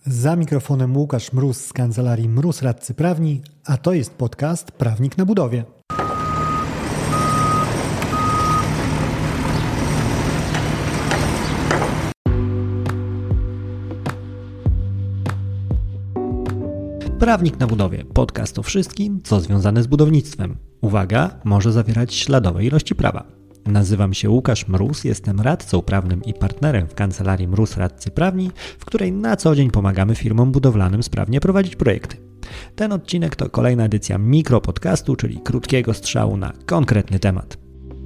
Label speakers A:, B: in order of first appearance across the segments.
A: Za mikrofonem Łukasz Mróz z kancelarii Mróz Radcy Prawni, a to jest podcast Prawnik na budowie. Prawnik na budowie. Podcast o wszystkim, co związane z budownictwem. Uwaga, może zawierać śladowe ilości prawa. Nazywam się Łukasz Mróz, jestem radcą prawnym i partnerem w kancelarii Mróz Radcy Prawni, w której na co dzień pomagamy firmom budowlanym sprawnie prowadzić projekty. Ten odcinek to kolejna edycja mikropodcastu, czyli krótkiego strzału na konkretny temat.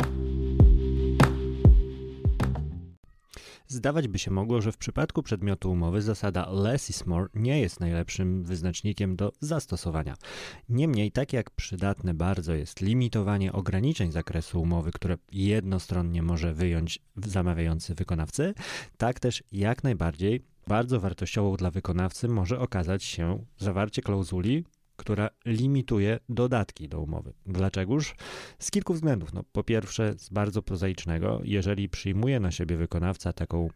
A: Zdawać by się mogło, że w przypadku przedmiotu umowy zasada less is more nie jest najlepszym wyznacznikiem do zastosowania. Niemniej, tak jak przydatne bardzo jest limitowanie ograniczeń zakresu umowy, które jednostronnie może wyjąć zamawiający wykonawcy, tak też jak najbardziej bardzo wartościową dla wykonawcy może okazać się zawarcie klauzuli, która limituje dodatki do umowy. Dlaczegoż? Z kilku względów. Po pierwsze, z bardzo prozaicznego, jeżeli przyjmuje na siebie wykonawca taką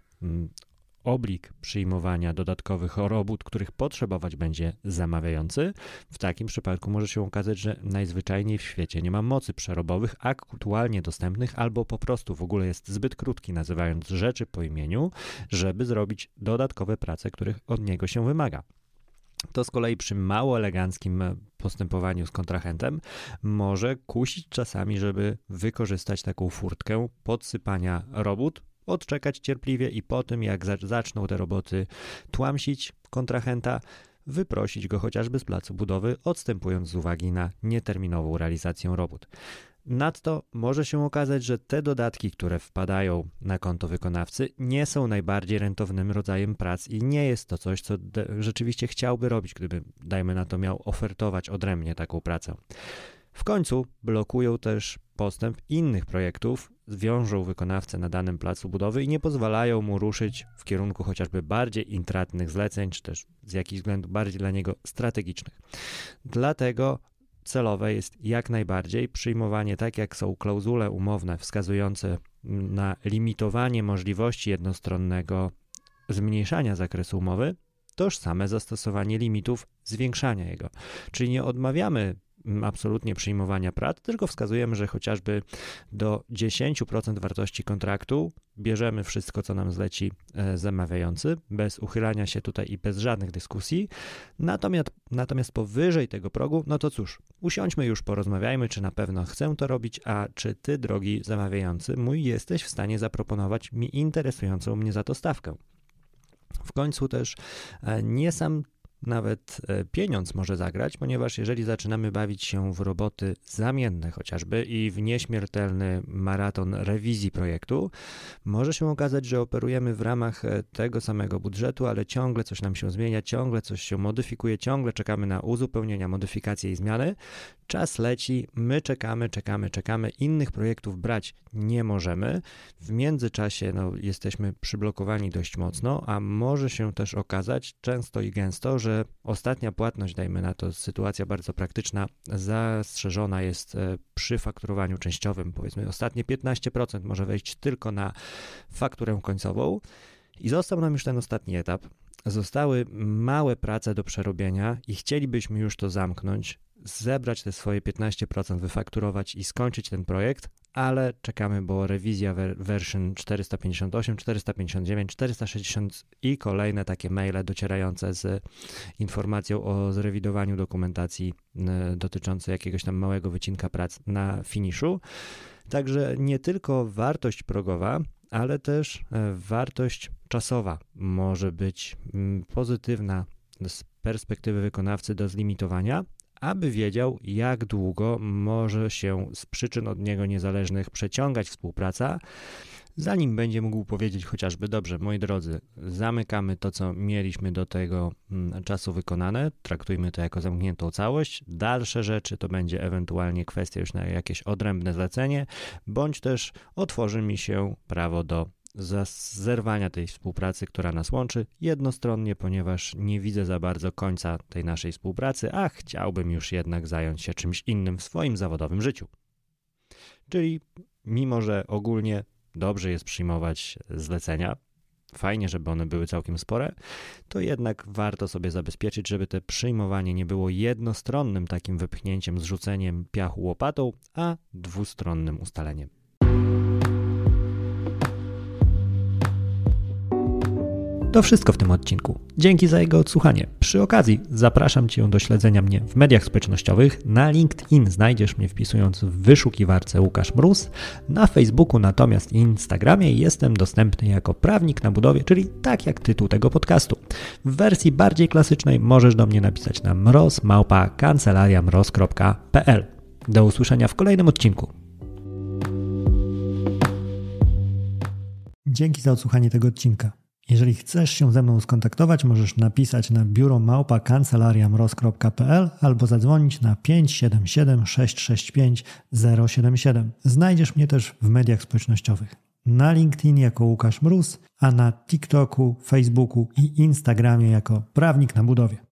A: oblig przyjmowania dodatkowych robót, których potrzebować będzie zamawiający, w takim przypadku może się okazać, że najzwyczajniej w świecie nie ma mocy przerobowych aktualnie dostępnych albo po prostu w ogóle jest zbyt krótki, nazywając rzeczy po imieniu, żeby zrobić dodatkowe prace, których od niego się wymaga. To z kolei przy mało eleganckim postępowaniu z kontrahentem może kusić czasami, żeby wykorzystać taką furtkę podsypania robót, odczekać cierpliwie i po tym, jak zaczną te roboty tłamsić kontrahenta, wyprosić go chociażby z placu budowy, odstępując z uwagi na nieterminową realizację robót. Nadto może się okazać, że te dodatki, które wpadają na konto wykonawcy, nie są najbardziej rentownym rodzajem prac i nie jest to coś, co rzeczywiście chciałby robić, gdyby, dajmy na to, miał ofertować odrębnie taką pracę. W końcu blokują też postęp innych projektów, wiążą wykonawcę na danym placu budowy i nie pozwalają mu ruszyć w kierunku chociażby bardziej intratnych zleceń, czy też z jakichś względów bardziej dla niego strategicznych. Dlatego celowe jest jak najbardziej przyjmowanie, tak jak są klauzule umowne wskazujące na limitowanie możliwości jednostronnego zmniejszania zakresu umowy, tożsame zastosowanie limitów zwiększania jego. Czyli nie odmawiamy absolutnie przyjmowania prac, tylko wskazujemy, że chociażby do 10% wartości kontraktu bierzemy wszystko, co nam zleci zamawiający, bez uchylania się tutaj i bez żadnych dyskusji. Natomiast powyżej tego progu, no to cóż, usiądźmy już, porozmawiajmy, czy na pewno chcę to robić, a czy ty, drogi zamawiający mój, jesteś w stanie zaproponować mi interesującą mnie za to stawkę. W końcu też nie sam nawet pieniądz może zagrać, ponieważ jeżeli zaczynamy bawić się w roboty zamienne chociażby i w nieśmiertelny maraton rewizji projektu, może się okazać, że operujemy w ramach tego samego budżetu, ale ciągle coś nam się zmienia, ciągle coś się modyfikuje, ciągle czekamy na uzupełnienia, modyfikacje i zmiany. Czas leci, my czekamy, innych projektów brać nie możemy. W międzyczasie jesteśmy przyblokowani dość mocno, a może się też okazać często i gęsto, że ostatnia płatność, dajmy na to, sytuacja bardzo praktyczna, zastrzeżona jest przy fakturowaniu częściowym. Powiedzmy, ostatnie 15% może wejść tylko na fakturę końcową i został nam już ten ostatni etap. Zostały małe prace do przerobienia i chcielibyśmy już to zamknąć, zebrać te swoje 15%, wyfakturować i skończyć ten projekt, ale czekamy, bo rewizja version 458, 459, 460 i kolejne takie maile docierające z informacją o zrewidowaniu dokumentacji dotyczącej jakiegoś tam małego wycinka prac na finiszu. Także nie tylko wartość progowa, ale też wartość czasowa może być pozytywna z perspektywy wykonawcy do zlimitowania, aby wiedział, jak długo może się z przyczyn od niego niezależnych przeciągać współpraca, zanim będzie mógł powiedzieć chociażby: dobrze, moi drodzy, zamykamy to, co mieliśmy do tego czasu wykonane, traktujmy to jako zamkniętą całość, dalsze rzeczy to będzie ewentualnie kwestia już na jakieś odrębne zlecenie, bądź też otworzy mi się prawo do zerwania tej współpracy, która nas łączy jednostronnie, ponieważ nie widzę za bardzo końca tej naszej współpracy, a chciałbym już jednak zająć się czymś innym w swoim zawodowym życiu. Czyli mimo, że ogólnie dobrze jest przyjmować zlecenia, fajnie, żeby one były całkiem spore, to jednak warto sobie zabezpieczyć, żeby te przyjmowanie nie było jednostronnym takim wypchnięciem, zrzuceniem piachu łopatą, a dwustronnym ustaleniem. To wszystko w tym odcinku. Dzięki za jego odsłuchanie. Przy okazji zapraszam Cię do śledzenia mnie w mediach społecznościowych. Na LinkedIn znajdziesz mnie wpisując w wyszukiwarce Łukasz Mróz. Na Facebooku natomiast i Instagramie jestem dostępny jako prawnik na budowie, czyli tak jak tytuł tego podcastu. W wersji bardziej klasycznej możesz do mnie napisać na mroz@kancelariamroz.pl. Do usłyszenia w kolejnym odcinku. Dzięki za odsłuchanie tego odcinka. Jeżeli chcesz się ze mną skontaktować, możesz napisać na biuro@kancelariamroz.pl albo zadzwonić na 577 665 077. Znajdziesz mnie też w mediach społecznościowych. Na LinkedIn jako Łukasz Mróz, a na TikToku, Facebooku i Instagramie jako prawnik na budowie.